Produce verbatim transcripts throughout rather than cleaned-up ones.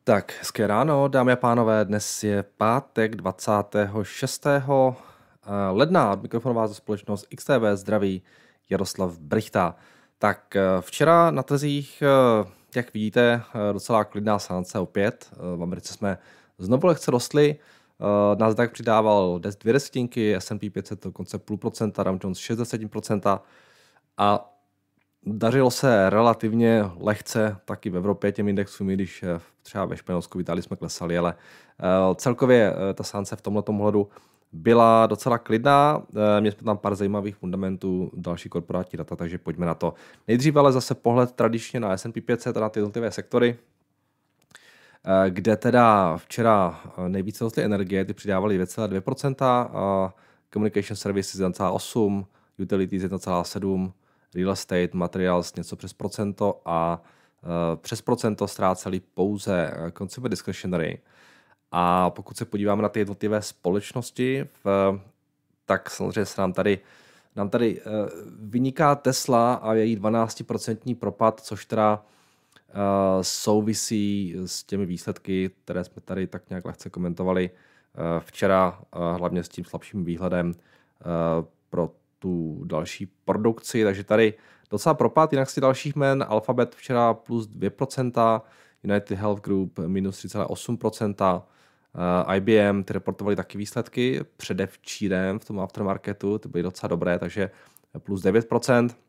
Tak, hezké ráno, dámy a pánové, dnes je pátek dvacátého šestého ledna, od mikrofonu vás společnost X T B zdraví Jaroslav Brychta. Tak včera na trzích, jak vidíte, docela klidná seance opět. V Americe jsme znovu lehce rostli, Nasdaq přidával dvě desetinky, S and P pět set dokonce půl procenta, Dow Jones šest desetin procenta a dařilo se relativně lehce taky v Evropě těm indexům, i když třeba ve Španělsku, v Itálii jsme klesali, ale celkově ta seance v tomto ohledu byla docela klidná. Měli jsme tam pár zajímavých fundamentů, další korporátní data, takže pojďme na to. Nejdřív ale zase pohled tradičně na S and P pět set a na ty jednotlivé sektory, kde teda včera nejvíce rostly energie, ty přidávaly dvě celá dvě procenta, Communication Services jedna celá osm procenta, Utilities jedna celá sedm procenta, Real Estate, Materials něco přes procento a uh, přes procento ztráceli pouze Consumer Discretionary. A pokud se podíváme na ty jednotlivé společnosti, v, tak samozřejmě se nám tady, nám tady uh, vyniká Tesla a její dvanáctiprocentní propad, což teda uh, souvisí s těmi výsledky, které jsme tady tak nějak lehce komentovali uh, včera, uh, hlavně s tím slabším výhledem uh, pro tu další produkci, takže tady docela propad, jinak z těch dalších jmen Alphabet včera plus dvě procenta, United Health Group minus tři celá osm procenta, uh, I B M, ty reportovali taky výsledky předevčírem v tom aftermarketu, ty byly docela dobré, takže plus devět procent.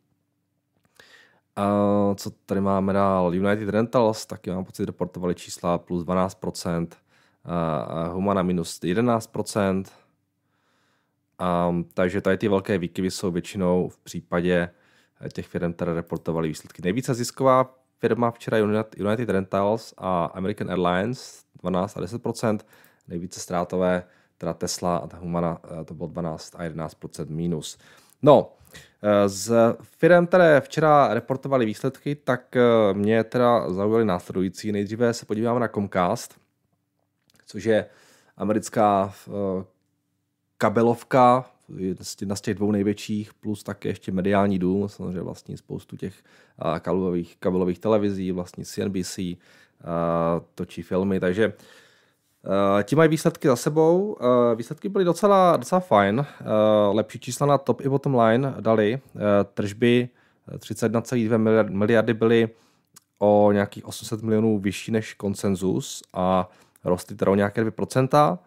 Uh, co tady máme dál? United Rentals, taky mám pocit, reportovali čísla plus dvanáct procent, uh, Humana minus jedenáct procent. Um, takže tady ty velké výkyvy jsou většinou v případě těch firm, které reportovaly výsledky. Nejvíce zisková firma včera United Rentals a American Airlines dvanáct a deset procent, nejvíce ztrátové teda Tesla a Humana, to bylo dvanáct a jedenáct procent minus. No, z firm, které včera reportovaly výsledky, tak mě teda zaujaly následující. Nejdříve se podíváme na Comcast, což je americká kabelovka, jedna z těch dvou největších, plus také ještě mediální dům, samozřejmě vlastní spoustu těch kabelových, kabelových televizí, vlastní C N B C, točí filmy, takže ti mají výsledky za sebou. Výsledky byly docela, docela fajn, lepší čísla na top i bottom line dali, tržby třicet jedna celá dvě miliardy byly o nějakých osm set milionů vyšší než konsenzus a rostly teda o nějaké dvě procenta.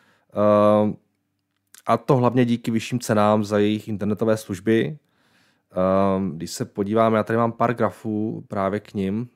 A to hlavně díky vyšším cenám za jejich internetové služby. Když se podíváme, já tady mám pár grafů právě k nim,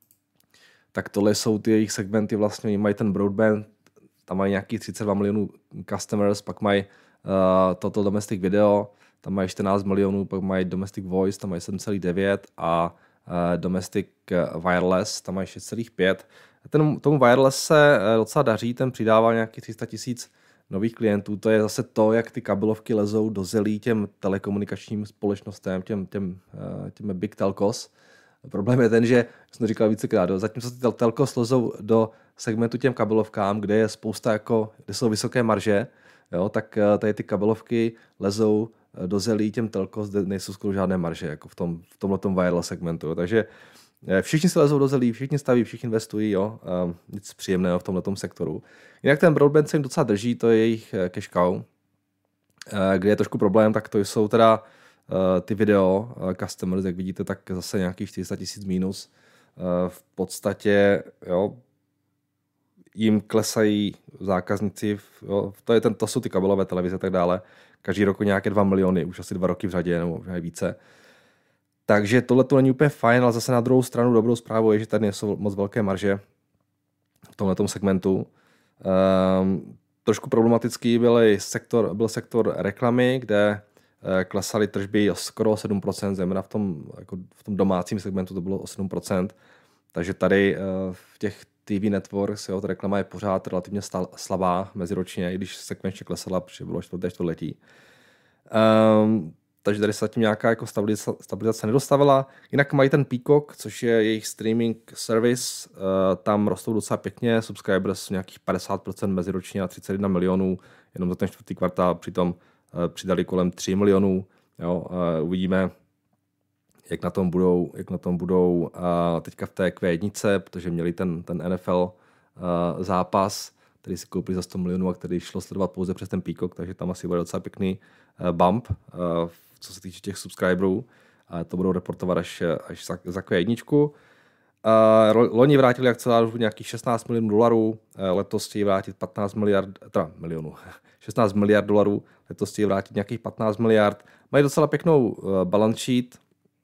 tak tohle jsou ty jejich segmenty, vlastně oni mají ten broadband, tam mají nějakých třicet dva milionů customers, pak mají uh, toto domestic video, tam mají čtrnáct milionů, pak mají domestic voice, tam mají sedm celá devět a uh, domestic wireless, tam mají šest celá pět. Ten, tomu wireless se uh, docela daří, ten přidává nějakých tři sta tisíc nových klientů, to je zase to, jak ty kabelovky lezou do zelí těm telekomunikačním společnostem, těm, těm, těm big telcos. Problém je ten, že, jsem to říkal vícekrát, zatímco ty telcos lezou do segmentu těm kabelovkám, kde je spousta, jako, kde jsou vysoké marže, jo, tak tady ty kabelovky lezou do zelí těm telcos, kde nejsou skoro žádné marže, jako v, tom, v tomhletom wireless segmentu. Jo. Takže všichni se lezou do zelí, všichni staví, všichni investují, jo, um, nic příjemného v tomhletom sektoru. Jinak ten broadband se jim docela drží, to je jejich cash cow. Uh, kde je trošku problém, tak to jsou teda uh, ty video uh, customers, jak vidíte, tak zase nějakých čtyři sta tisíc minus. Uh, v podstatě, jo, jim klesají zákazníci, jo, to, je ten, to jsou ty kabelové televize a tak dále, každý rok nějaké dva miliony, už asi dva roky v řadě, nebo možná více. Takže tohle to není úplně fajn, ale zase na druhou stranu dobrou zprávu je, že tady jsou moc velké marže v tomhletom segmentu. Um, trošku problematický byl sektor, byl sektor reklamy, kde uh, klesaly tržby o skoro sedm procent, zejména v tom, jako v tom domácím segmentu to bylo o sedm procent. Takže tady uh, v těch T V networks, jo, ta reklama je pořád relativně stal, slabá meziročně, i když sekvenčně klesala, protože bylo čtvrté čtvrtletí. Um, takže tady se zatím nějaká jako stabilizace, stabilizace nedostavila. Jinak mají ten Peacock, což je jejich streaming service, uh, tam rostou docela pěkně, subscribers nějakých padesát procent meziročně na třicet jedna milionů, jenom za ten čtvrtý kvartál, přitom uh, přidali kolem tři milionů. Jo, uh, uvidíme, jak na tom budou, jak na tom budou uh, teďka v té Q jedna, protože měli ten, ten N F L uh, zápas, který si koupili za sto milionů a který šlo sledovat pouze přes ten Peacock, takže tam asi bude docela pěkný uh, bump, uh, co se týče těch subscriberů. A to budou reportovat až, až za, za Q jedna. Uh, loni vrátili akcionářům nějakých šestnáct milionů dolarů, uh, letos chtějí vrátit patnáct miliard, teda milionů, šestnáct miliard dolarů, letos chtějí vrátit nějakých patnáct miliard. Mají docela pěknou uh, balance sheet,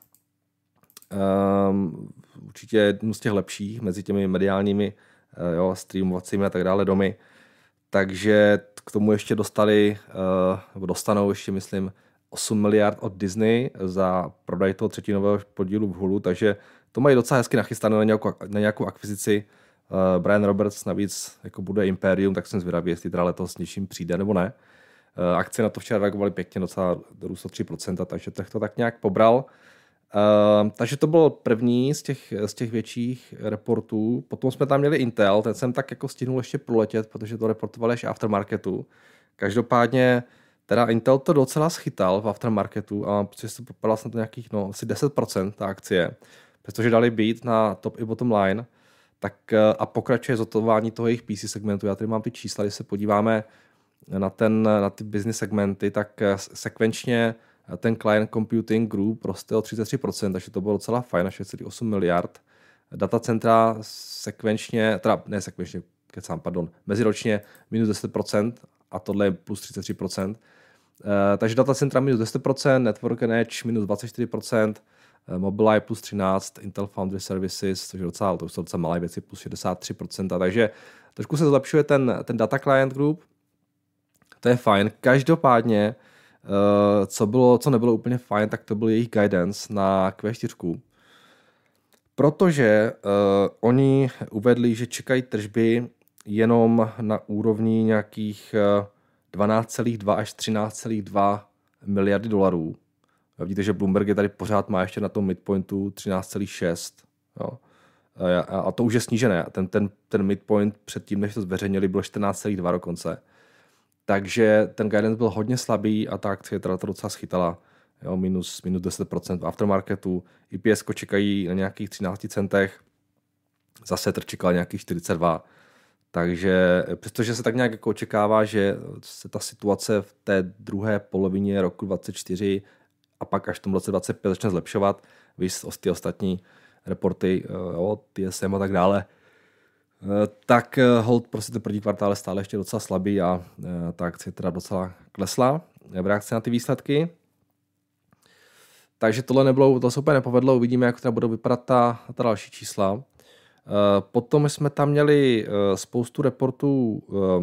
um, určitě jednu z těch lepších mezi těmi mediálními, uh, jo, streamovacími a tak dále domy. Takže k tomu ještě dostali, uh, nebo dostanou ještě, myslím, osm miliard od Disney za prodaj toho třetinového podílu v Hulu, takže to mají docela hezky nachystané na nějakou, na nějakou akvizici. Uh, Brian Roberts navíc jako bude Imperium, tak jsem zvědavý, jestli teda letos s něčím přijde nebo ne. Uh, akcie na to včera reagovaly pěkně, docela dorůstlo tři procenta, takže trh to tak nějak pobral. Uh, takže to byl první z těch, z těch větších reportů. Potom jsme tam měli Intel, ten jsem tak jako stihnul ještě proletět, protože to reportovali až aftermarketu. Každopádně teda Intel to docela schytal v aftermarketu a protože se propadal na to nějakých no, asi deset procent ta akcie, přestože dali být na top i bottom line, tak a pokračuje zotování toho jejich P C segmentu. Já tady mám ty čísla, když se podíváme na, ten, na ty business segmenty, tak sekvenčně ten client computing group roste o třicet tři procent, takže to bylo docela fajn, na šest celá osm miliard. Datacentra sekvenčně, teda ne sekvenčně, kecám, pardon, meziročně minus deset procent a tohle je plus třicet tři procent. Uh, takže datacentra minus deset procent, Network and Edge minus dvacet čtyři procent, uh, Mobileye plus třináct procent, Intel Foundry Services, což je docela, to jsou docela malé věci, plus šedesát tři procent. Takže trošku se zlepšuje ten, ten data client group. To je fajn. Každopádně, uh, co, bylo, co nebylo úplně fajn, tak to byl jejich guidance na Q čtyři. Protože uh, oni uvedli, že čekají tržby jenom na úrovni nějakých uh, dvanáct celá dva až třináct celá dva miliardy dolarů. Vidíte, že Bloomberg je tady pořád má ještě na tom midpointu třináct celá šest. Jo. A to už je snížené. Ten, ten, ten midpoint předtím, než to zveřejnili, byl čtrnáct celá dva dokonce. Takže ten guidance byl hodně slabý a ta akcie teda to docela schytala. Jo, minus, minus deset procent v aftermarketu. E P S čekají na nějakých třináct centech. Zase trh čekal nějakých čtyřicet dva. Takže přestože se tak nějak jako očekává, že se ta situace v té druhé polovině roku dvacet čtyři a pak až v tom roce dvacet pět začne zlepšovat, víš, ty ostatní reporty, jo, T S M a tak dále, tak hold prostě ten první kvartál je stále ještě docela slabý a ta akcie teda docela klesla v reakci na ty výsledky. Takže tohle nebylo, to se úplně nepovedlo, uvidíme, jak teda budou vypadat ta, ta další čísla. Potom jsme tam měli spoustu reportů,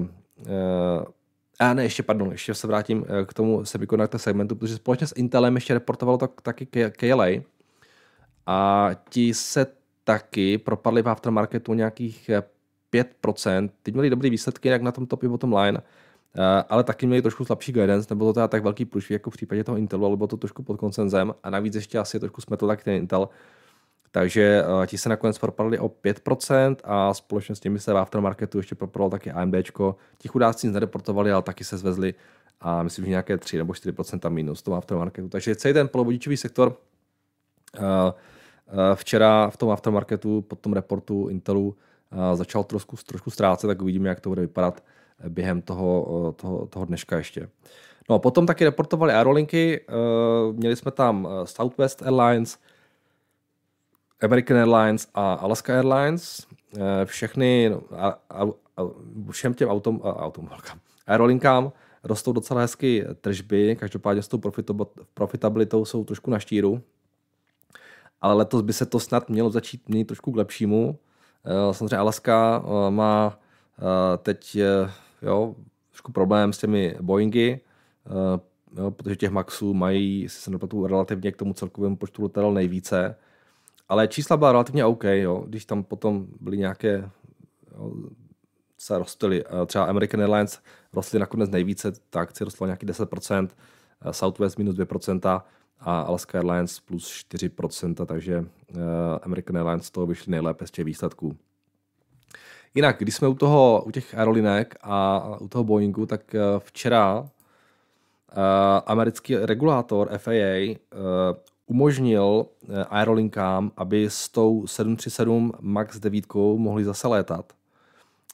a ne, ještě, pardon, ještě se vrátím k tomu semiconductor segmentu, protože společně s Intelem ještě reportovalo to taky K L A a ti se taky propadli v aftermarketu nějakých pět procent. Teď měli dobrý výsledky jak na tom top i bottom line, ale taky měli trošku slabší guidance, nebylo to teda tak velký průšvih jako v případě toho Intelu, ale bylo to trošku pod koncenzem a navíc ještě asi trošku smetl tak ten Intel. Takže uh, ti se nakonec propadli o pět procent a společně s nimi se v aftermarketu ještě propadlo taky AMDčko. Ti chudáci nic nereportovali, ale taky se zvezli a myslím, že nějaké tři nebo čtyři procenta minus v tom aftermarketu. Takže celý ten polovodičový sektor uh, uh, včera v tom aftermarketu po tom reportu Intelu uh, začal trošku, trošku ztrácet, tak uvidíme, jak to bude vypadat během toho, uh, toho, toho dneška ještě. No a potom taky reportovali aerolinky, uh, měli jsme tam Southwest Airlines, American Airlines a Alaska Airlines, všechny, a, a, a, všem těm autom, automobilkám, aerolinkám rostou docela hezky tržby, každopádně s tou profitabilitou jsou trošku na štíru, ale letos by se to snad mělo začít měnit trošku k lepšímu. Samozřejmě Alaska má teď jo, trošku problém s těmi Boeingy, jo, protože těch Maxů mají, si se nepletu, relativně k tomu celkovému počtu letadel nejvíce. Ale čísla byla relativně OK, jo. Když tam potom byly nějaké, jo, se rostly, třeba American Airlines rostly nakonec nejvíce, ta akcie rostla nějaký deset procent, Southwest minus dvě procenta a Alaska Airlines plus čtyři procenta, takže American Airlines z toho vyšly nejlépe z těch výsledků. Jinak, když jsme u toho, u těch aerolinek a u toho Boeingu, tak včera americký regulátor F A A umožnil aerolinkám, aby s tou sedm tři sedm MAX devět mohli zase létat.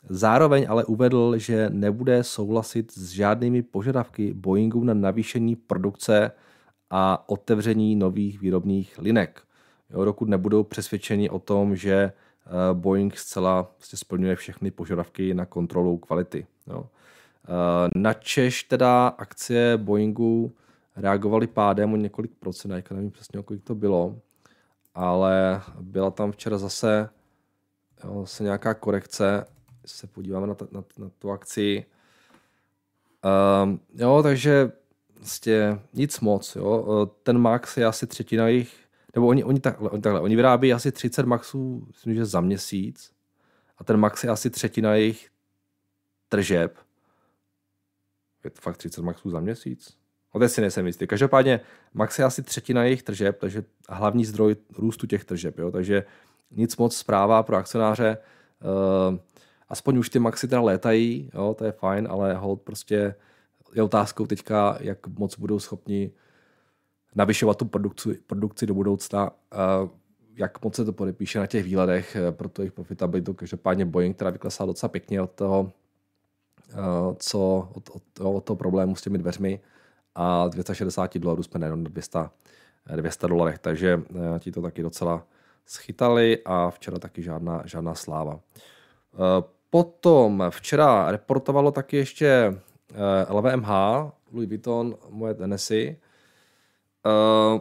Zároveň ale uvedl, že nebude souhlasit s žádnými požadavky Boeingu na navýšení produkce a otevření nových výrobních linek. Jo, dokud nebudou přesvědčeni o tom, že Boeing zcela vlastně splňuje všechny požadavky na kontrolu kvality. Jo. Na Češ teda akcie Boeingu reagovaly pádem o několik procent, já nevím přesně, kolik to bylo, ale byla tam včera zase, jo, zase nějaká korekce, se podíváme na, ta, na, na tu akci. Um, jo, takže vlastně nic moc. Jo. Ten Max je asi třetina jich, nebo oni, oni, takhle, oni, takhle, oni vyrábí asi třicet Maxů, myslím, že za měsíc, a ten Max je asi třetina jejich tržeb. Je to fakt třicet Maxů za měsíc? No teď si nejsem jistý. Každopádně Max je asi třetina jejich tržeb, takže hlavní zdroj růstu těch tržeb. Jo? Takže nic moc zpráva pro akcionáře. Uh, aspoň už ty Maxy teda létají, jo? To je fajn, ale hold prostě je otázkou teďka, jak moc budou schopni navyšovat tu produkci, produkci do budoucna, uh, jak moc se to podepíše na těch výhledech uh, pro to jejich profitabilitu. Každopádně Boeing teda vyklesá docela pěkně od toho, uh, co, od, od, od toho problému s těmi dveřmi, a dvě stě šedesát dolarů jsme nejenom na dvě stě dolarech, takže uh, ti to taky docela schytali a včera taky žádná, žádná sláva. Uh, potom včera reportovalo taky ještě uh, L V M H, Louis Vuitton, moje Tennessee. Uh,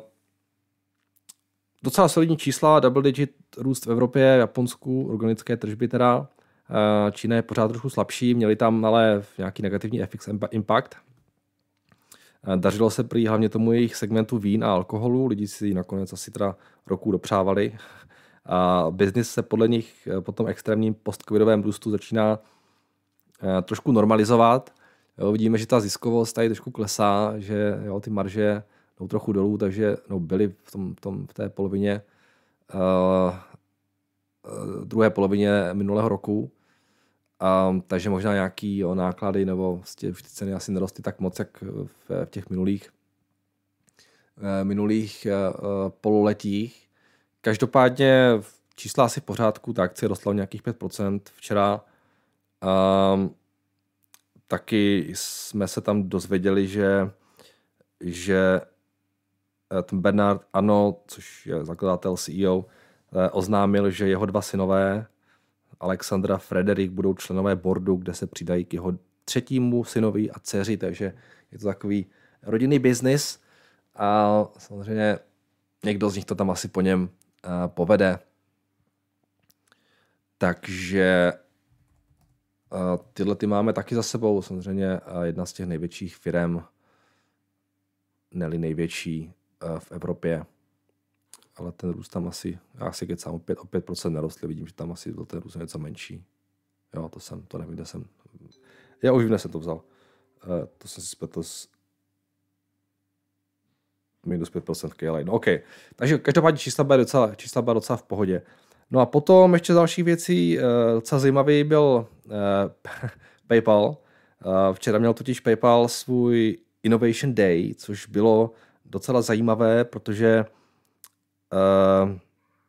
docela solidní čísla, double digit růst v Evropě, Japonsku, organické tržby teda. Uh, Čína je pořád trošku slabší, měli tam ale nějaký negativní F X impact. Uh, dařilo se prý hlavně tomu jejich segmentu vín a alkoholu, lidi si nakonec asi teda roku dopřávali. A business se podle nich po tom extrémním post-covidovém růstu začíná uh, trošku normalizovat. Jo, vidíme, že ta ziskovost tady trošku klesá, že jo, ty marže jdou trochu dolů, takže no, byly v, tom, v, tom, v té polovině, uh, uh, druhé polovině minulého roku. Um, takže možná nějaký jo, náklady nebo vlastně už ty ceny asi nerostly tak moc, jak v, v těch minulých, uh, minulých uh, pololetích. Každopádně čísla asi v pořádku, ta akcie rostla o nějakých pět procent včera. Um, taky jsme se tam dozvěděli, že, že ten Bernard Arnault, což je zakladatel C E O, oznámil, že jeho dva synové, Alexandra a Frederik, budou členové boardu, kde se přidají k jeho třetímu synovi a dceři, takže je to takový rodinný biznis a samozřejmě někdo z nich to tam asi po něm uh, povede. Takže uh, tyhle ty máme taky za sebou, samozřejmě uh, jedna z těch největších firem, ne-li největší uh, v Evropě. Ale ten růst tam asi, já si kecám, o pět, o pět procent nerostl, vidím, že tam asi byl ten růst něco menší. Jo, to jsem, to nevím, kde jsem. Já už vím, kde jsem to vzal. Uh, to jsem si spletl s minus pět procent K L A. No OK. Takže každopádně čísla byla docela, čísla byla docela v pohodě. No a potom ještě další věcí, uh, docela zajímavý byl uh, PayPal. Uh, včera měl totiž PayPal svůj Innovation Day, což bylo docela zajímavé, protože uh,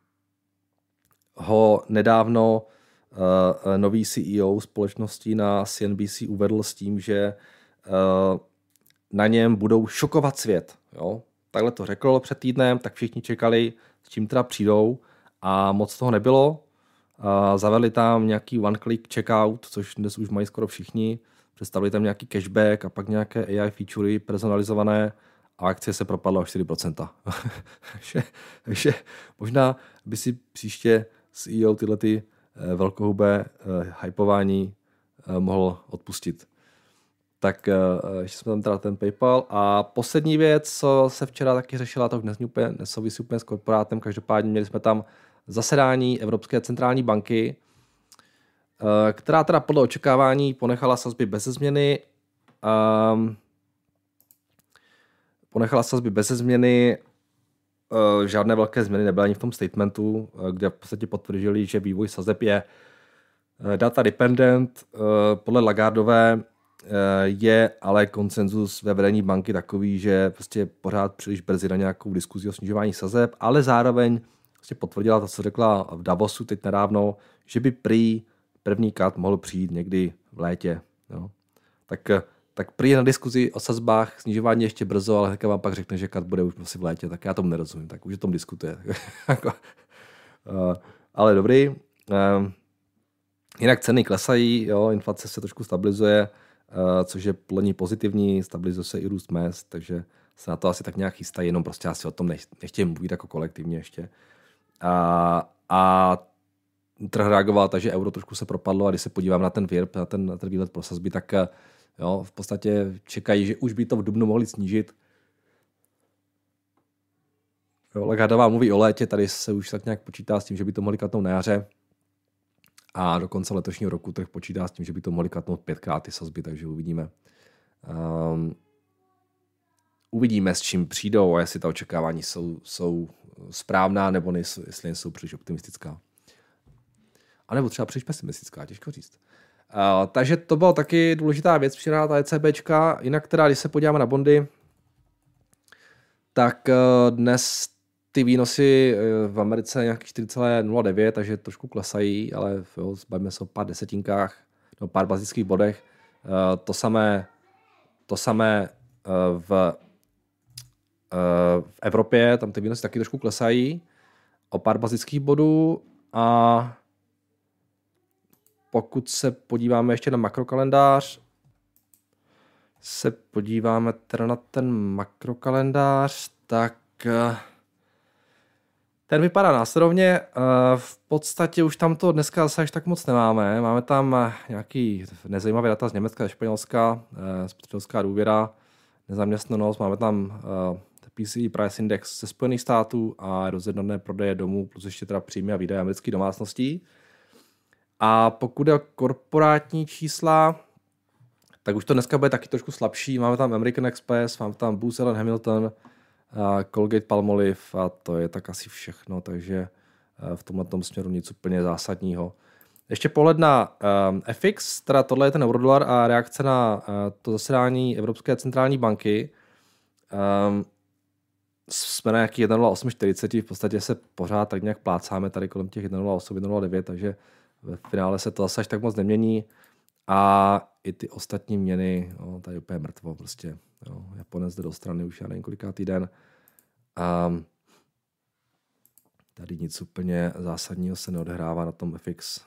ho nedávno uh, nový C E O společnosti na C N B C uvedl s tím, že uh, na něm budou šokovat svět. Jo? Takhle to řekl před týdnem, tak všichni čekali, s čím teda přijdou a moc toho nebylo. Uh, zavedli tam nějaký one-click checkout, což dnes už mají skoro všichni. Představili tam nějaký cashback a pak nějaké A I featurey personalizované a akcie se propadla o čtyři procenta. takže, takže možná by si příště C E O tyhle ty uh, velkohubé uh, hypování uh, mohl odpustit. Tak uh, ještě jsme tam teda ten PayPal. A poslední věc, co se včera taky řešila, to už nesmí úplně, nesouvisí úplně s korporátem, každopádně měli jsme tam zasedání Evropské centrální banky, uh, která teda podle očekávání ponechala sazby bez změny. Um, ponechala sazby bez změny, uh, žádné velké změny nebyly ani v tom statementu, uh, kde v podstatě potvrdili, že vývoj sazeb je uh, data dependent. Uh, podle Lagardové je ale konsenzus ve vedení banky takový, že prostě pořád příliš brzy na nějakou diskuzi o snižování sazeb, ale zároveň prostě potvrdila to, co řekla v Davosu teď nedávno, že by prý první cut mohl přijít někdy v létě. Jo. Tak, tak prý na diskuzi o sazbách snižování ještě brzo, ale vám pak řekne, že cut bude už asi v létě, tak já tomu nerozumím, tak už o tom diskutuje. uh, ale dobrý. Uh, jinak ceny klesají, jo, inflace se trošku stabilizuje, uh, což je podle ní pozitivní, stabilizuje se i růst mezd, takže se na to asi tak nějak chystají, jenom prostě asi o tom nech, nechtějí mluvit jako kolektivně ještě. A, a trh reagoval, takže euro trošku se propadlo a když se podívám na ten V I R P, na ten, na ten výlet pro sazby, tak jo, v podstatě čekají, že už by to v dubnu mohli snížit. Lagardová mluví o létě, tady se už tak nějak počítá s tím, že by to mohli katnout na jaře a do konce letošního roku trh počítá s tím, že by to mohli katnout pětkrát ty sazby, takže uvidíme. Um, uvidíme, s čím přijdou a jestli ta očekávání jsou, jsou správná nebo nejsou, jestli jsou příliš optimistická. A nebo třeba příliš pesimistická, těžko říct. Uh, takže to byla taky důležitá věc, přijedná ta ECBčka. Jinak teda, když se podíváme na bondy, tak uh, dnes ty výnosy v Americe nějaký čtyři celá nula devět, takže trošku klesají, ale jo, bavíme se o pár desetinkách, no pár bazických bodech. Uh, to samé, to samé uh, v, uh, v Evropě, tam ty výnosy taky trošku klesají o pár bazických bodů a pokud se podíváme ještě na makrokalendář, se podíváme teda na ten makrokalendář, tak ten vypadá následovně. V podstatě už tam to dneska zase až tak moc nemáme. Máme tam nějaký nezajímavý data z Německa, ze Španělska, spotřebitelská důvěra, nezaměstnanost, máme tam P C E Price Index ze Spojených států a rozjednané prodeje domů, plus ještě teda příjmy a výdaje amerických domácností. A pokud je o korporátní čísla, tak už to dneska bude taky trošku slabší. Máme tam American Express, máme tam Booz Allen Hamilton, Colgate Palmolive a to je tak asi všechno, takže v tomhle směru nic úplně zásadního. Ještě pohled na um, F X, teda tohle je ten eurodolar a reakce na uh, to zasedání Evropské centrální banky. Um, jsme na nějaký jedna nula osm čtyřicet, v podstatě se pořád tak nějak plácáme tady kolem těch jedna nula osm jedna nula devět, takže ve finále se to zase až tak moc nemění a i ty ostatní měny, no, tady úplně mrtvo prostě. Jo. Japonec jde do strany už já nevím kolikátý den. Um, tady nic úplně zásadního se neodhrává na tom F X.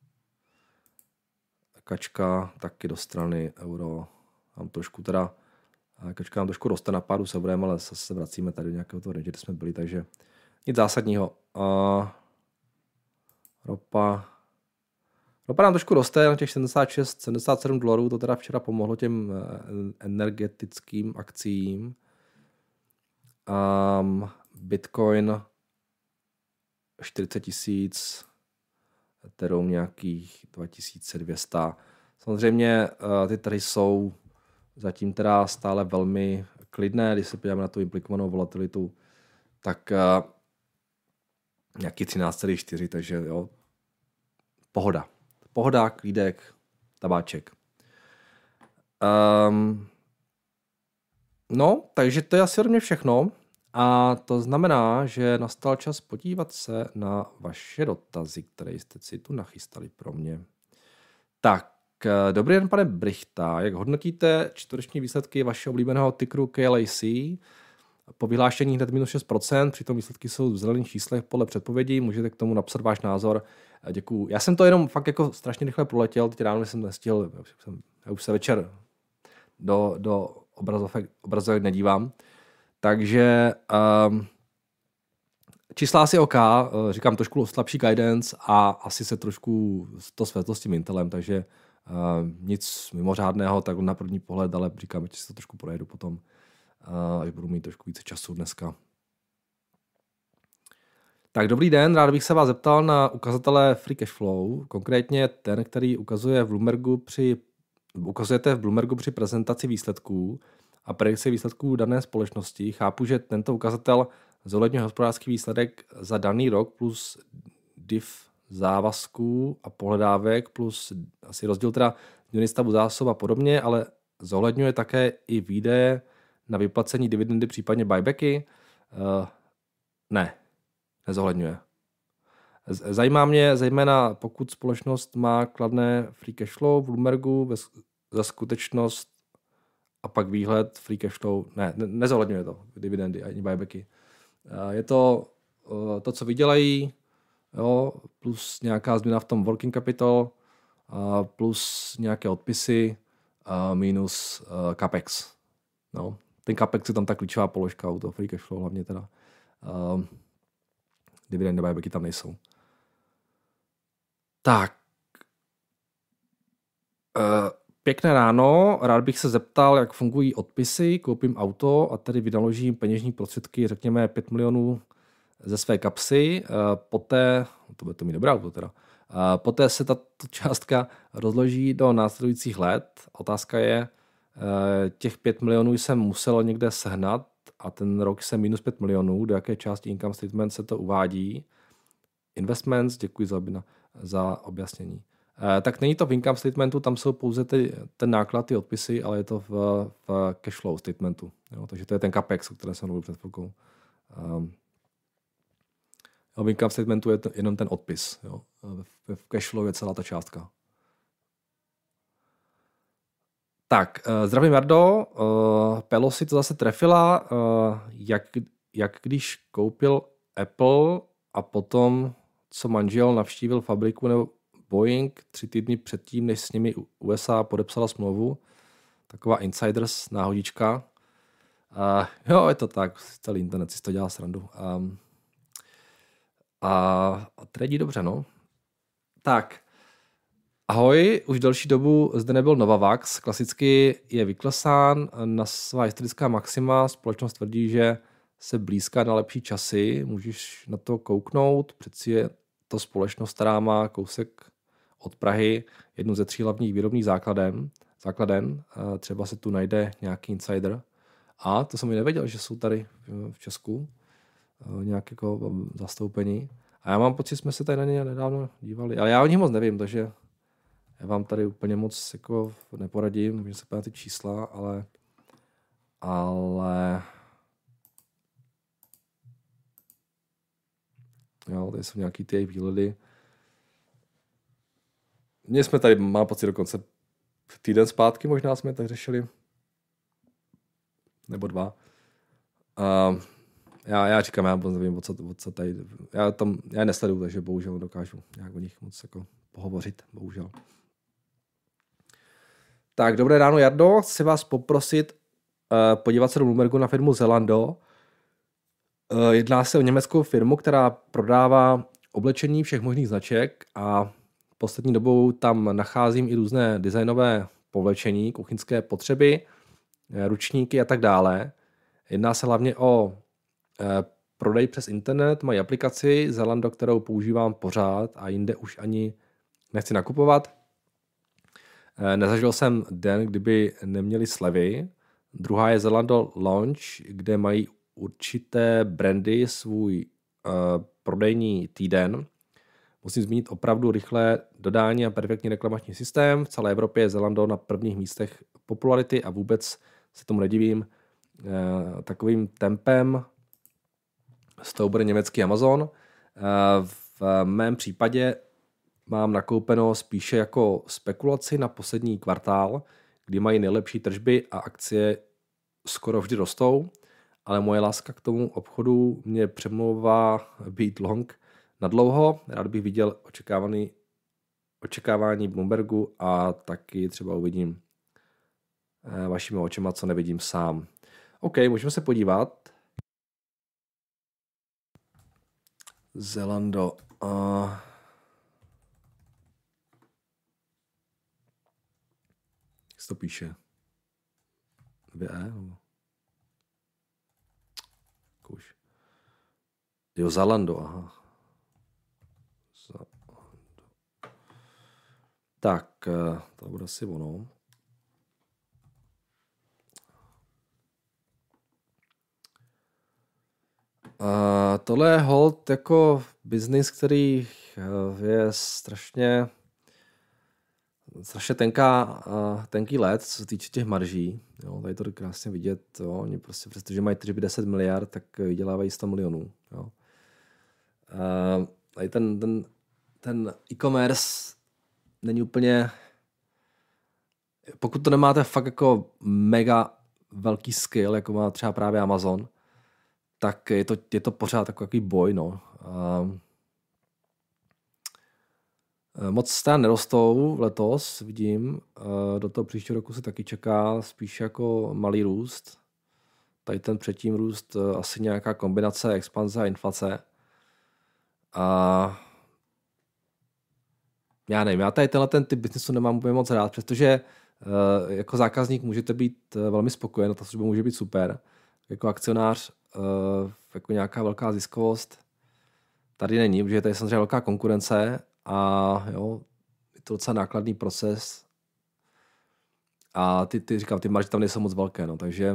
Kačka taky do strany euro. Mám trošku teda, kačka nám trošku roste na pádu s eurem, ale zase se vracíme tady do nějakého toho range, kde jsme byli, takže nic zásadního. Uh, ropa. Ropa nám trošku roste na těch sedmdesát šest sedmdesát sedm dolarů, to teda včera pomohlo těm energetickým akcím. Um, Bitcoin čtyřicet tisíc, Ethereum nějakých dva tisíce dvě stě. Samozřejmě uh, ty tady jsou zatím teda stále velmi klidné, když se podíváme na tu implikovanou volatilitu, tak uh, nějaký třináct celá čtyři, takže jo, pohoda. Pohoda, klídek, tabáček. Um, no, takže to je asi od mě všechno. A to znamená, že nastal čas podívat se na vaše dotazy, které jste si tu nachystali pro mě. Tak, dobrý den, pane Brichta. Jak hodnotíte čtvrteční výsledky vašeho oblíbeného tykru K L A C? Po vyhlášení hned minus šest procent, přitom výsledky jsou v zelených číslech podle předpovědí. Můžete k tomu napsat váš názor. Děkuju. Já jsem to jenom fakt jako strašně rychle proletěl, teď ráno jsem nestihl, já už se večer do, do obrazovek, obrazovek nedívám. Takže um, čísla asi OK, říkám trošku slabší guidance a asi se trošku to světlo s tím Intelem, takže uh, nic mimořádného, tak na první pohled, ale říkám, že si to trošku projedu potom, uh, až budu mít trošku více času dneska. Tak dobrý den, rád bych se vás zeptal na ukazatele Free Cash Flow, konkrétně ten, který ukazuje v Bloombergu při, ukazujete v Bloombergu při prezentaci výsledků a predikci výsledků dané společnosti. Chápu, že tento ukazatel zohledňuje hospodářský výsledek za daný rok plus div závazků a pohledávek plus asi rozdíl teda změny stavu zásob a podobně, ale zohledňuje také i výdaje na vyplacení dividendy, případně buybacky. Uh, ne, nezohledňuje. Zajímá mě zejména, pokud společnost má kladné free cash flow v Bloombergu, ve, za skutečnost a pak výhled free cash flow, ne, ne nezohledňuje to, dividendy ani buybacky. Je to to, co vydělají, jo, plus nějaká změna v tom working capital, plus nějaké odpisy, minus capex. No. Ten capex je tam ta klíčová položka u toho free cash flow, hlavně teda. Dividendy buybacky tam nejsou. Tak. Pěkné ráno, rád bych se zeptal, jak fungují odpisy, koupím auto a tedy vynaložím peněžní prostředky, řekněme pět milionů ze své kapsy, poté, to bude to mít dobré auto teda, poté se tato částka rozloží do následujících let. Otázka je, těch pět milionů jsem musel někde sehnat a ten rok jsem minus pět milionů, do jaké části income statement se to uvádí. Investments, děkuji za, za objasnění. Tak není to v income statementu, tam jsou pouze ty, ten náklad, ty odpisy, ale je to v, v cash flow statementu. Jo? Takže to je ten capex, o které jsem mluvil před chvilkou. Um, v income statementu je to jenom ten odpis. Jo? V, v cash flow je celá ta částka. Tak, uh, zdravím Jardo. Uh, Pelosi to zase trefila. Uh, jak, jak když koupil Apple a potom, co manžel navštívil fabriku nebo Boeing tři týdny předtím, než s nimi U S A podepsala smlouvu. Taková insiders náhodička. Uh, jo, je to tak. Celý internet si to dělá srandu. Um, a, a tradií dobře, no. Tak. Ahoj, už delší dobu zde nebyl Novavax. Klasicky je vyklesán na svá historická maxima. Společnost tvrdí, že se blízká na lepší časy. Můžeš na to kouknout. Přeci je to společnost, která má kousek od Prahy, jednu ze tří hlavních výrobních základen. základen. Třeba se tu najde nějaký insider. A to jsem i nevěděl, že jsou tady v Česku nějaké jako zastoupení. A já mám pocit, že jsme se tady na ně nedávno dívali. Ale já o nich moc nevím, takže já vám tady úplně moc jako neporadím. Můžu se podívat ty čísla, ale ale jo, tady jsou nějaký ty výhledy. Mě jsme tady, mám pocit, dokonce týden zpátky možná jsme tak řešili. Nebo dva. Uh, já, já říkám, já moc nevím, o co, o co tady. Já tam, já nesleduju, takže bohužel dokážu nějak o nich moc jako pohovořit, bohužel. Tak, dobré ráno, Jardo. Chci vás poprosit uh, podívat se do Bloombergu na firmu Zalando. Uh, jedná se o německou firmu, která prodává oblečení všech možných značek a poslední dobou tam nacházím i různé designové povlečení, kuchyňské potřeby, ručníky a tak dále. Jedná se hlavně o eh, prodej přes internet, mají aplikaci Zalando, kterou používám pořád a jinde už ani nechci nakupovat. Eh, nezažil jsem den, kdyby neměli slevy. Druhá je Zalando Launch, kde mají určité brandy svůj eh, prodejní týden. Musím zmínit opravdu rychlé dodání a perfektní reklamační systém. V celé Evropě je Zalando na prvních místech popularity a vůbec se tomu nedivím. E, takovým tempem z toho bude německý Amazon. E, v mém případě mám nakoupeno spíše jako spekulaci na poslední kvartál, kdy mají nejlepší tržby a akcie skoro vždy rostou, ale moje láska k tomu obchodu mě přemlouvá být long na dlouho. Rád bych viděl očekávaný, očekávání Bloombergu a taky třeba uvidím eh, vašimi očima, co nevidím sám. OK, můžeme se podívat. Zalando. Uh... Jak se to píše? dvě E? Kouš. Jo, Zalando, aha. Tak, to bude asi ono. Uh, tohle je hold jako biznis, který je strašně strašně tenká, uh, tenký let, co se týče těch marží. Jo, tady to krásně vidět. Jo. Oni prostě, přestože mají tržby deset miliard, tak vydělávají sto milionů. Jo. Uh, tady ten, ten, ten e-commerce není úplně, pokud to nemáte fakt jako mega velký skill, jako má třeba právě Amazon, tak je to, je to pořád takový boj, no. Um, moc stran nerostou letos, vidím. Do toho příštího roku se taky čeká spíš jako malý růst. Tady ten předtím růst asi nějaká kombinace expanze a inflace. A já nevím, já tady tenhle ten typ biznesu nemám úplně moc rád, přestože jako zákazník můžete být velmi spokojen, ta služba může být super. Jako akcionář jako nějaká velká ziskovost tady není, protože tady je samozřejmě velká konkurence a jo, je to docela nákladný proces a ty, ty říkám, ty marže tam nejsou moc velké, no, takže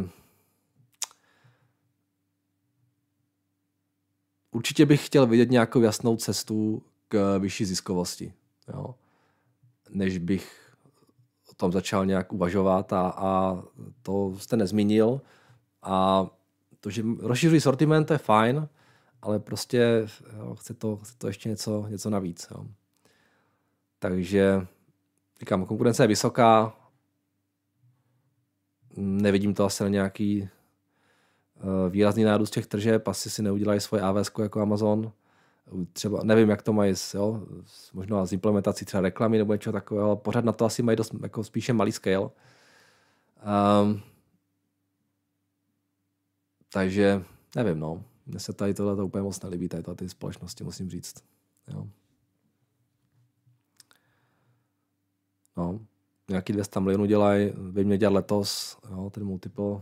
určitě bych chtěl vidět nějakou jasnou cestu k vyšší ziskovosti, jo, než bych o tom začal nějak uvažovat a, a to jste nezmínil a to, že rozšiřují sortiment, to je fajn, ale prostě jo, chce, to, chce to ještě něco, něco navíc. Jo. Takže říkám, konkurence je vysoká, nevidím to asi na nějaký uh, výrazný nárůst těch tržeb, asi si neudělají svoje á vé esko jako Amazon. Třeba, nevím, jak to mají, jo, možná z implementací třeba reklamy nebo něčeho takového, ale pořád na to asi mají dost jako spíše malý scale. Um, takže nevím, no. Mně se tady tohle úplně moc nelíbí, tady ty společnosti, musím říct. Jo. No, nějaký dvě stě milionů dělají, by mě dělat letos, jo, ten multiple,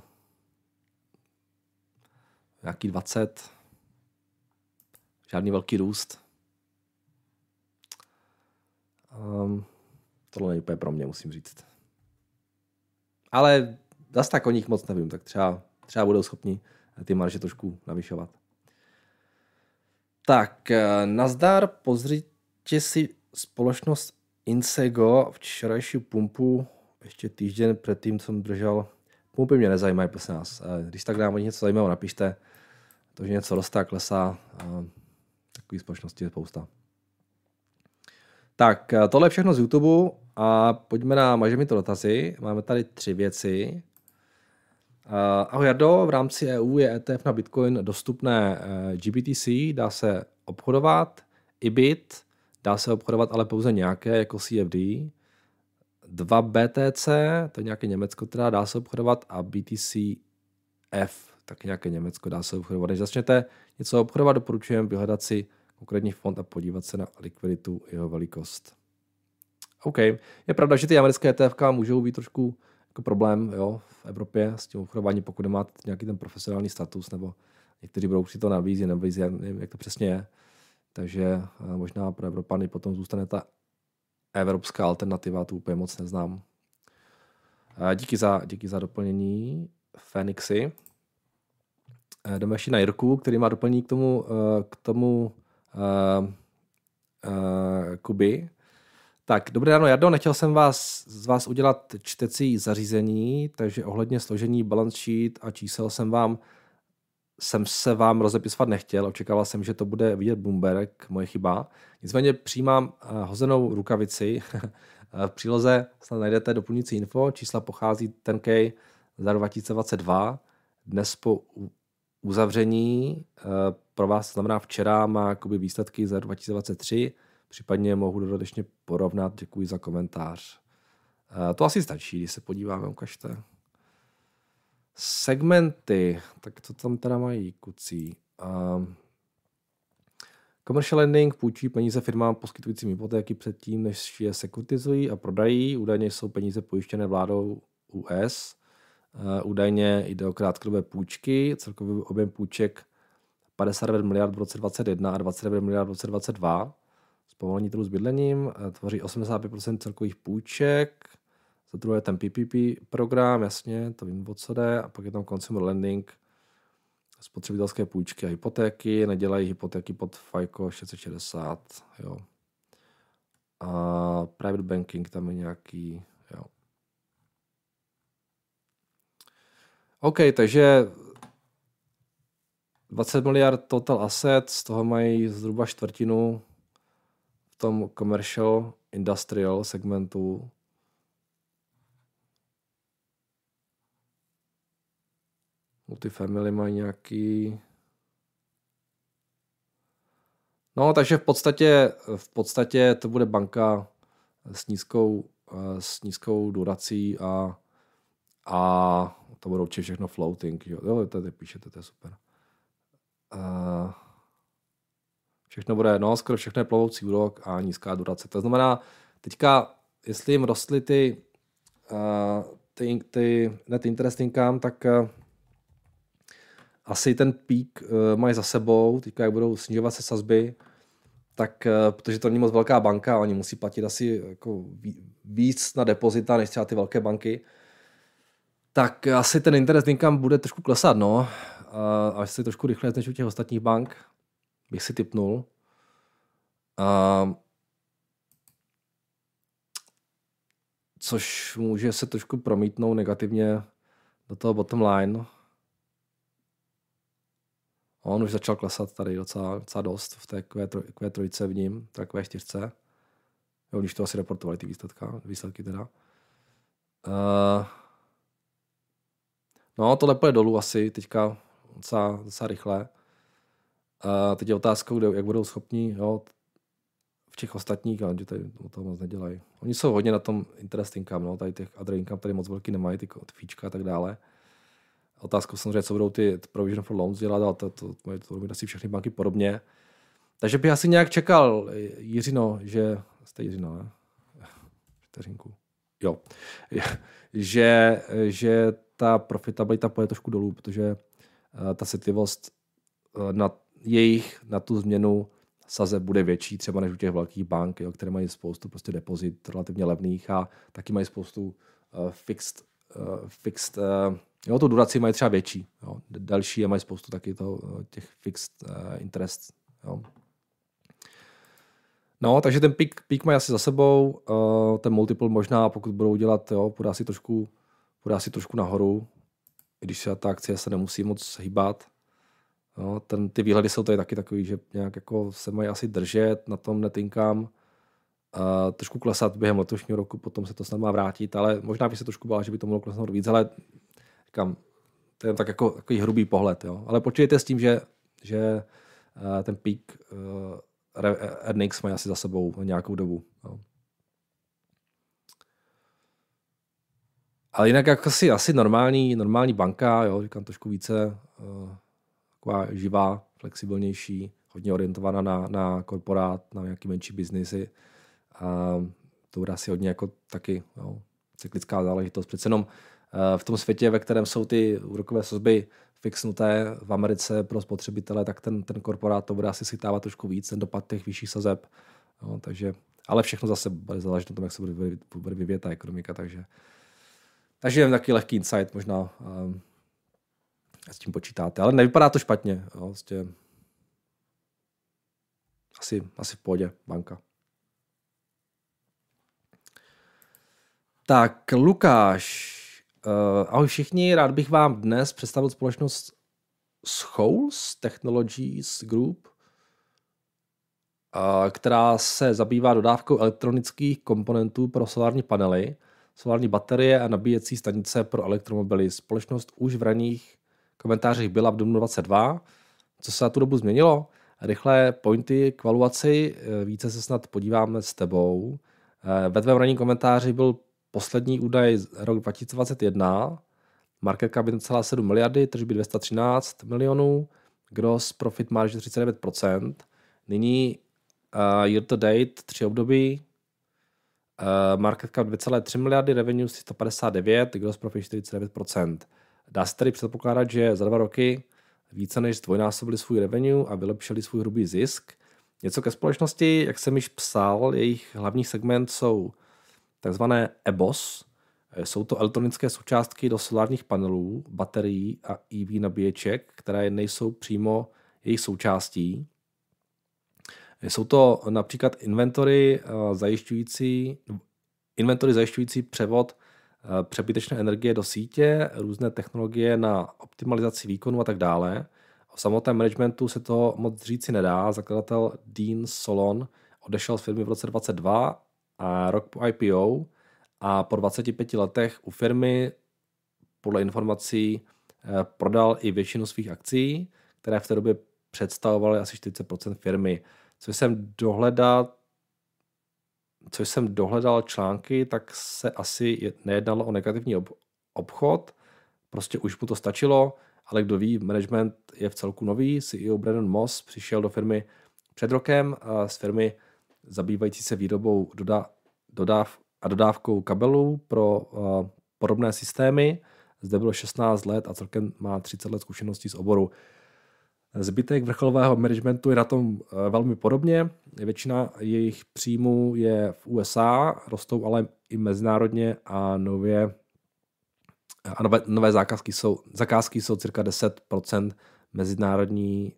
nějaký dvacet, žádný velký růst. Um, tohle není úplně pro mě, musím říct. Ale zase tak o nich moc nevím, tak třeba, třeba budou schopni ty marže trošku navyšovat. Tak, nazdar, pozrite si společnost Insego, včerejší pumpu, ještě týden předtím jsem držel. Pumpy mě nezajímají, prosím nás. Když tak nám něco zajímavého napište, to, že něco roste a klesá, takový společnosti je spousta. Tak, tohle je všechno z YouTube a pojďme na Maže mi to dotazy. Máme tady tři věci. Ahoj Jardo, v rámci E U je E T F na Bitcoin dostupné G B T C, dá se obchodovat, I B I T, dá se obchodovat ale pouze nějaké, jako C F D, dva B T C, to je nějaké Německo, teda dá se obchodovat a B T C F, tak nějaké Německo, dá se obchodovat. Když začnete něco obchodovat, doporučujeme vyhledat si konkrétní fond a podívat se na likviditu jeho velikost. OK, je pravda, že ty americké E T F můžou být trošku jako problém, jo, v Evropě s tím obchodováním, pokud nemáte nějaký ten profesionální status, nebo někteří budou si to nabízí, nabízí, nevím, jak to přesně je. Takže možná pro Evropany potom zůstane ta evropská alternativa, tu úplně moc neznám. Díky za, díky za doplnění, Fenixy. Jdeme ještě na Jirku, který má doplnění k tomu, k tomu uh, uh, Kuby. Tak, dobré ráno, Jardo, nechtěl jsem vás, z vás udělat čtecí zařízení, takže ohledně složení balance sheet a čísel jsem vám jsem se vám rozepisovat nechtěl, očekával jsem, že to bude vidět Bloomberg, moje chyba. Nicméně přijímám hozenou rukavici. V příloze snad najdete doplňující info, čísla pochází ten K za dva tisíce dvacet dva. Dnes po uzavření, pro vás znamená včera, má jakoby výsledky za dva tisíce dvacet tři, případně mohu dodatečně porovnat, děkuji za komentář. To asi stačí, když se podíváme, ukažte. Segmenty, tak co tam teda mají kucí? Uh, commercial lending půjčí peníze firmám poskytujícím hypotéky předtím, než je sekuritizují a prodají. Údajně jsou peníze pojištěné vládou U S. Uh, údajně jde o krátkodobé půjčky. Celkový objem půjček padesát devět miliard v roce dvacet jedna a dvacet devět miliard v roce dvacet dva. Zpomalení trhu s bydlením uh, tvoří osmdesát pět procent celkových půjček. Za druhé ten P P P program, jasně, to vím, o co jde. A pak je tam consumer lending, spotřebitelské půjčky a hypotéky. Nedělají hypotéky pod FICO šest set šedesát. Jo. A private banking tam je nějaký. Jo. OK, takže dvacet miliard total asset, z toho mají zhruba čtvrtinu v tom commercial industrial segmentu. Multifamily mají nějaký... No, takže v podstatě, v podstatě to bude banka s nízkou, s nízkou durací a, a to budou určitě všechno floating. Jo, jo tady píšete, to je super. Uh, všechno bude, no, skoro všechno je plovoucí úrok a nízká durace. To znamená, teďka, jestli jim rostly ty, uh, ty, ty net interest income, tak uh, asi ten pík uh, mají za sebou, teďka jak budou snižovat se sazby, tak uh, protože to není moc velká banka, oni musí platit asi jako víc na depozita, než třeba ty velké banky, tak asi ten interest income bude trošku klesat, no. Uh, asi trošku rychleji než u těch ostatních bank, bych si tipnul. Uh, což může se trošku promítnout negativně do toho bottom line. On už začal klesat tady docela, docela dost v té Q tři v ním, té Q čtyři. Jo, když to asi reportovali ty výsledka, výsledky teda. Uh, no, tohle půjde dolů asi teďka docela, docela rychle. Uh, teď je otázkou, jak budou schopni, jo, v těch ostatních, ale tady o toho moc nedělají. Oni jsou hodně na tom interest income, no, tady těch other income tady moc velký nemají, ty fíčka a tak dále. Otázkou samozřejmě, co budou ty provision for loans dělat, ale to, to, to, to budou asi všechny banky podobně. Takže bych asi nějak čekal, Jiřino, že... Jste Jiřino, ne? Vteřinku. Jo. že, že ta profitabilita půjde trošku dolů, protože uh, ta citlivost uh, na jejich, na tu změnu sazeb bude větší, třeba než u těch velkých bank, jo, které mají spoustu prostě depozit relativně levných a taky mají spoustu uh, fixed, uh, fixed uh, jo, tu duraci mají třeba větší, jo, další a mají spoustu taky to, těch fixed uh, interest, jo. No, takže ten pík, pík mají asi za sebou, uh, ten multiple možná, pokud budou dělat, jo, půjde asi trošku, půjde asi trošku nahoru, když se ta akcie se nemusí moc hýbat. Jo, ten, ty výhledy jsou tady taky takový, že nějak jako se mají asi držet na tom net income, uh, trošku klesat během letošního roku, potom se to snad má vrátit, ale možná by se trošku bál, že by to mohlo klesnout víc, ale říkám, to je tak jako takový hrubý pohled, jo. Ale počítejte s tím, že, že uh, ten pík uh, earnings mají asi za sebou nějakou dobu. Jo. Ale jinak jako asi, asi normální, normální banka, jo, říkám trošku více uh, taková živá, flexibilnější, hodně orientovaná na, na korporát, na nějaký menší biznisy. A to bude asi hodně jako taky, jo, cyklická záležitost. Přece jenom uh, v tom světě, ve kterém jsou ty úrokové sazby fixnuté v Americe pro spotřebitele, tak ten, ten korporát to bude asi schytávat trošku víc, ten dopad těch vyšších sazeb. Jo, takže, ale všechno zase bude záležet na tom, jak se bude, bude vyvíjet ta ekonomika. Takže, takže jen taky lehký insight možná um, s tím počítáte. Ale nevypadá to špatně. Jo, vlastně asi, asi v pohodě banka. Tak, Lukáš. Uh, ahoj všichni, rád bych vám dnes představil společnost Scholes Technologies Group, uh, která se zabývá dodávkou elektronických komponentů pro solární panely, solární baterie a nabíjecí stanice pro elektromobily. Společnost už v raných komentářích byla v dubnu dvacet dva. Co se za tu dobu změnilo? Rychlé pointy k valuaci, více se snad podíváme s tebou. Ve tvém ranním komentáři byl poslední údaj z rok dva tisíce dvacet jedna, market cap jedna celá sedm miliardy, tržby dvě stě třináct milionů, gross profit margin třicet devět procent. Nyní uh, year to date, tři období, uh, market cap dvě celá tři miliardy, revenue sto padesát devět, gross profit čtyřicet devět procent. Dá se tedy předpokládat, že za dva roky více než zdvojnásobili svůj revenue a vylepšili svůj hrubý zisk. Něco ke společnosti, jak jsem již psal, jejich hlavní segment jsou takzvané E B O S. Jsou to elektronické součástky do solárních panelů, baterií a E V nabíječek, které nejsou přímo jejich součástí. Jsou to například inventory zajišťující, inventory zajišťující převod přebytečné energie do sítě, různé technologie na optimalizaci výkonu a tak dále. O samotném managementu se to moc říci nedá. Zakladatel Dean Solon odešel z firmy v roce dvacet dva a rok po I P O a po dvaceti pěti letech u firmy podle informací prodal i většinu svých akcí, které v té době představovaly asi čtyřicet procent firmy. Co jsem dohledal, co jsem dohledal články, tak se asi nejednalo o negativní ob- obchod, prostě už mu to stačilo, ale kdo ví, management je v celku nový. C E O Brandon Moss přišel do firmy před rokem z firmy zabývající se výrobou doda- dodáv a dodávkou kabelů pro uh, podobné systémy. Zde bylo šestnáct let a celkem má třicet let zkušeností z oboru. Zbytek vrcholového managementu je na tom velmi podobně. Většina jejich příjmů je v U S A, rostou ale i mezinárodně a nově a nové, nové zakázky jsou, zakázky jsou cirka deset procent mezinárodní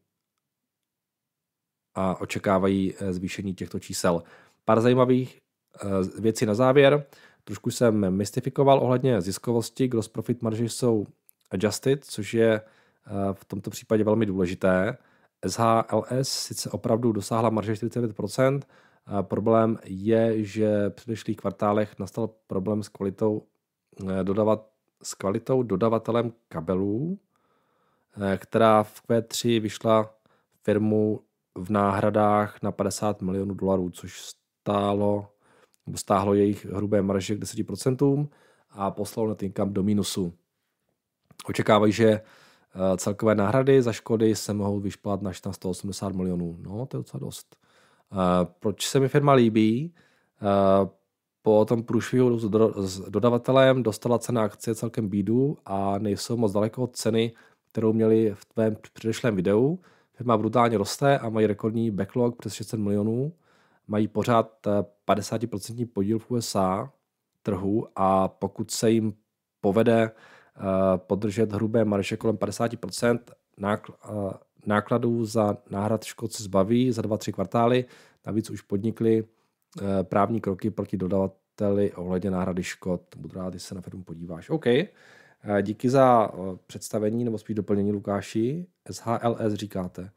a očekávají zvýšení těchto čísel. Pár zajímavých věcí na závěr. Trošku jsem mystifikoval ohledně ziskovosti. Gross profit marže jsou adjusted, což je v tomto případě velmi důležité. S H L S sice opravdu dosáhla marže čtyřicet pět procent. Problém je, že v předešlých kvartálech nastal problém s kvalitou dodavat, s kvalitou dodavatelem kabelů, která v Q tři vyšla firmu v náhradách na padesát milionů dolarů, což stálo nebo stáhlo jejich hrubé marže k deset procent a poslalo net income do mínusu. Očekávají, že celkové náhrady za škody se mohou vyšplat na sto osmdesát milionů. No, to je docela dost. Proč se mi firma líbí? Po tom průšvihu s dodavatelem dostala cena akcie celkem bídu a nejsou moc daleko od ceny, kterou měli v tvém předešlém videu. Firma brutálně roste a mají rekordní backlog přes šest set milionů. Mají pořád padesát procent podíl v U S A trhu a pokud se jim povede podržet hrubé marže kolem padesát procent, nákladů za náhrad škod se zbaví za dva tři kvartály. Navíc už podnikli právní kroky proti dodavateli ohledně náhrady škod. Budu rád, když se na firmu podíváš. OK. Díky za představení nebo spíš doplnění, Lukáši. S H L S říkáte.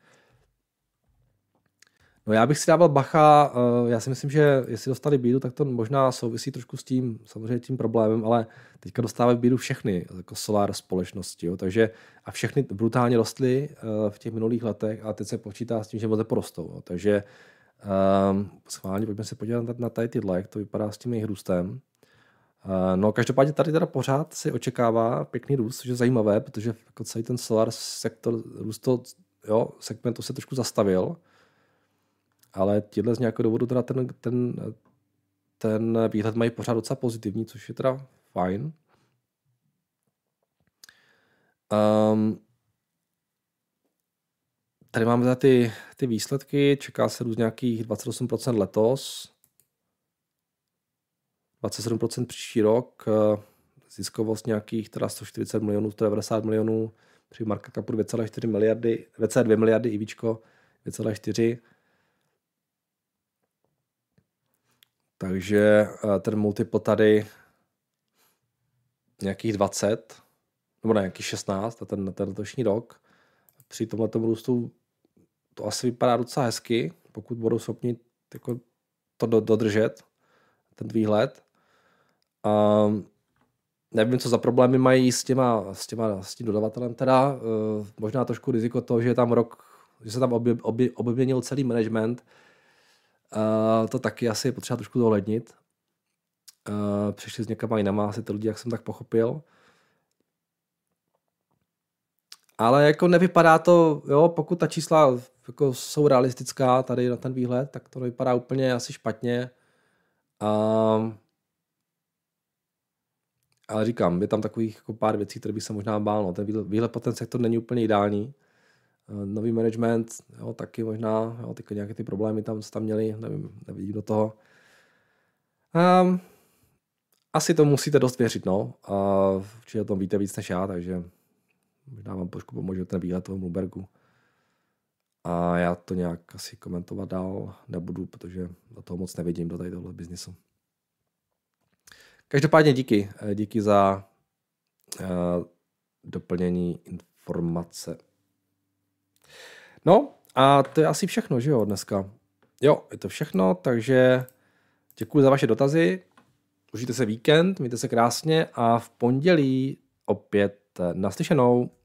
No já bych si dával bacha, já si myslím, že jestli dostali bídu, tak to možná souvisí trošku s tím, samozřejmě tím problémem, ale teďka dostávají bídu všechny, jako solar společnosti, jo, takže a všechny brutálně rostly v těch minulých letech a teď se počítá s tím, že moc neporostou, jo, takže um, schválně pojďme se podívat na tady tyhle, jak to vypadá s tím jejich růstem. Uh, no každopádně tady teda pořád si očekává pěkný růst, což je zajímavé, protože jako celý ten solar sektor růstu, jo, segmentu se trošku zastavil. Ale tíhle z nějakého důvodu teda ten, ten, ten výhled mají pořád docela pozitivní, což je teda fajn. Um, tady máme teda ty, ty výsledky, čeká se růst nějakých dvacet osm procent letos, dvacet sedm procent příští rok, ziskovost nějakých teda sto čtyřicet milionů, sto devadesát milionů, při market capu dvě celé čtyři miliardy, dvě celé dvě miliardy, IVčko dvě celé čtyři. Takže ten multiple tady nějakých dvacet, nebo ne, nějakých šestnáct, a ten, ten letošní rok. Při tomhletom růstu to asi vypadá docela hezky, pokud budou schopni jako to dodržet, ten výhled. Um, nevím, co za problémy mají s těma, s těma s tím dodavatelem teda. Uh, možná trošku riziko toho, že je tam rok, že se tam obě, obě, obměnil celý management. Uh, to taky asi je potřeba trošku dohlednit. Uh, přišli s někama jinama, asi ty lidi, jak jsem tak pochopil. Ale jako nevypadá to, jo, pokud ta čísla jako jsou realistická tady na ten výhled, tak to vypadá úplně asi špatně. Uh, ale říkám, je tam takových jako pár věcí, které bych se možná bál. No. Ten výhled po ten sektor není úplně ideální. Nový management, jo, taky možná, jo, tyka nějaké ty problémy tam, tam měli, nevím, nevidím do toho. Um, asi to musíte dost věřit, no. A určitě o tom víte víc než já, takže možná vám trošku pomůže ten výhled toho Bloombergu. A já to nějak asi komentovat dál nebudu, protože do toho moc nevidím, do tady tohle biznisu. Každopádně díky, díky za uh, doplnění informace. No a to je asi všechno, že jo, dneska. Jo, je to všechno, takže děkuji za vaše dotazy. Užijte se víkend, mějte se krásně a v pondělí opět naslyšenou.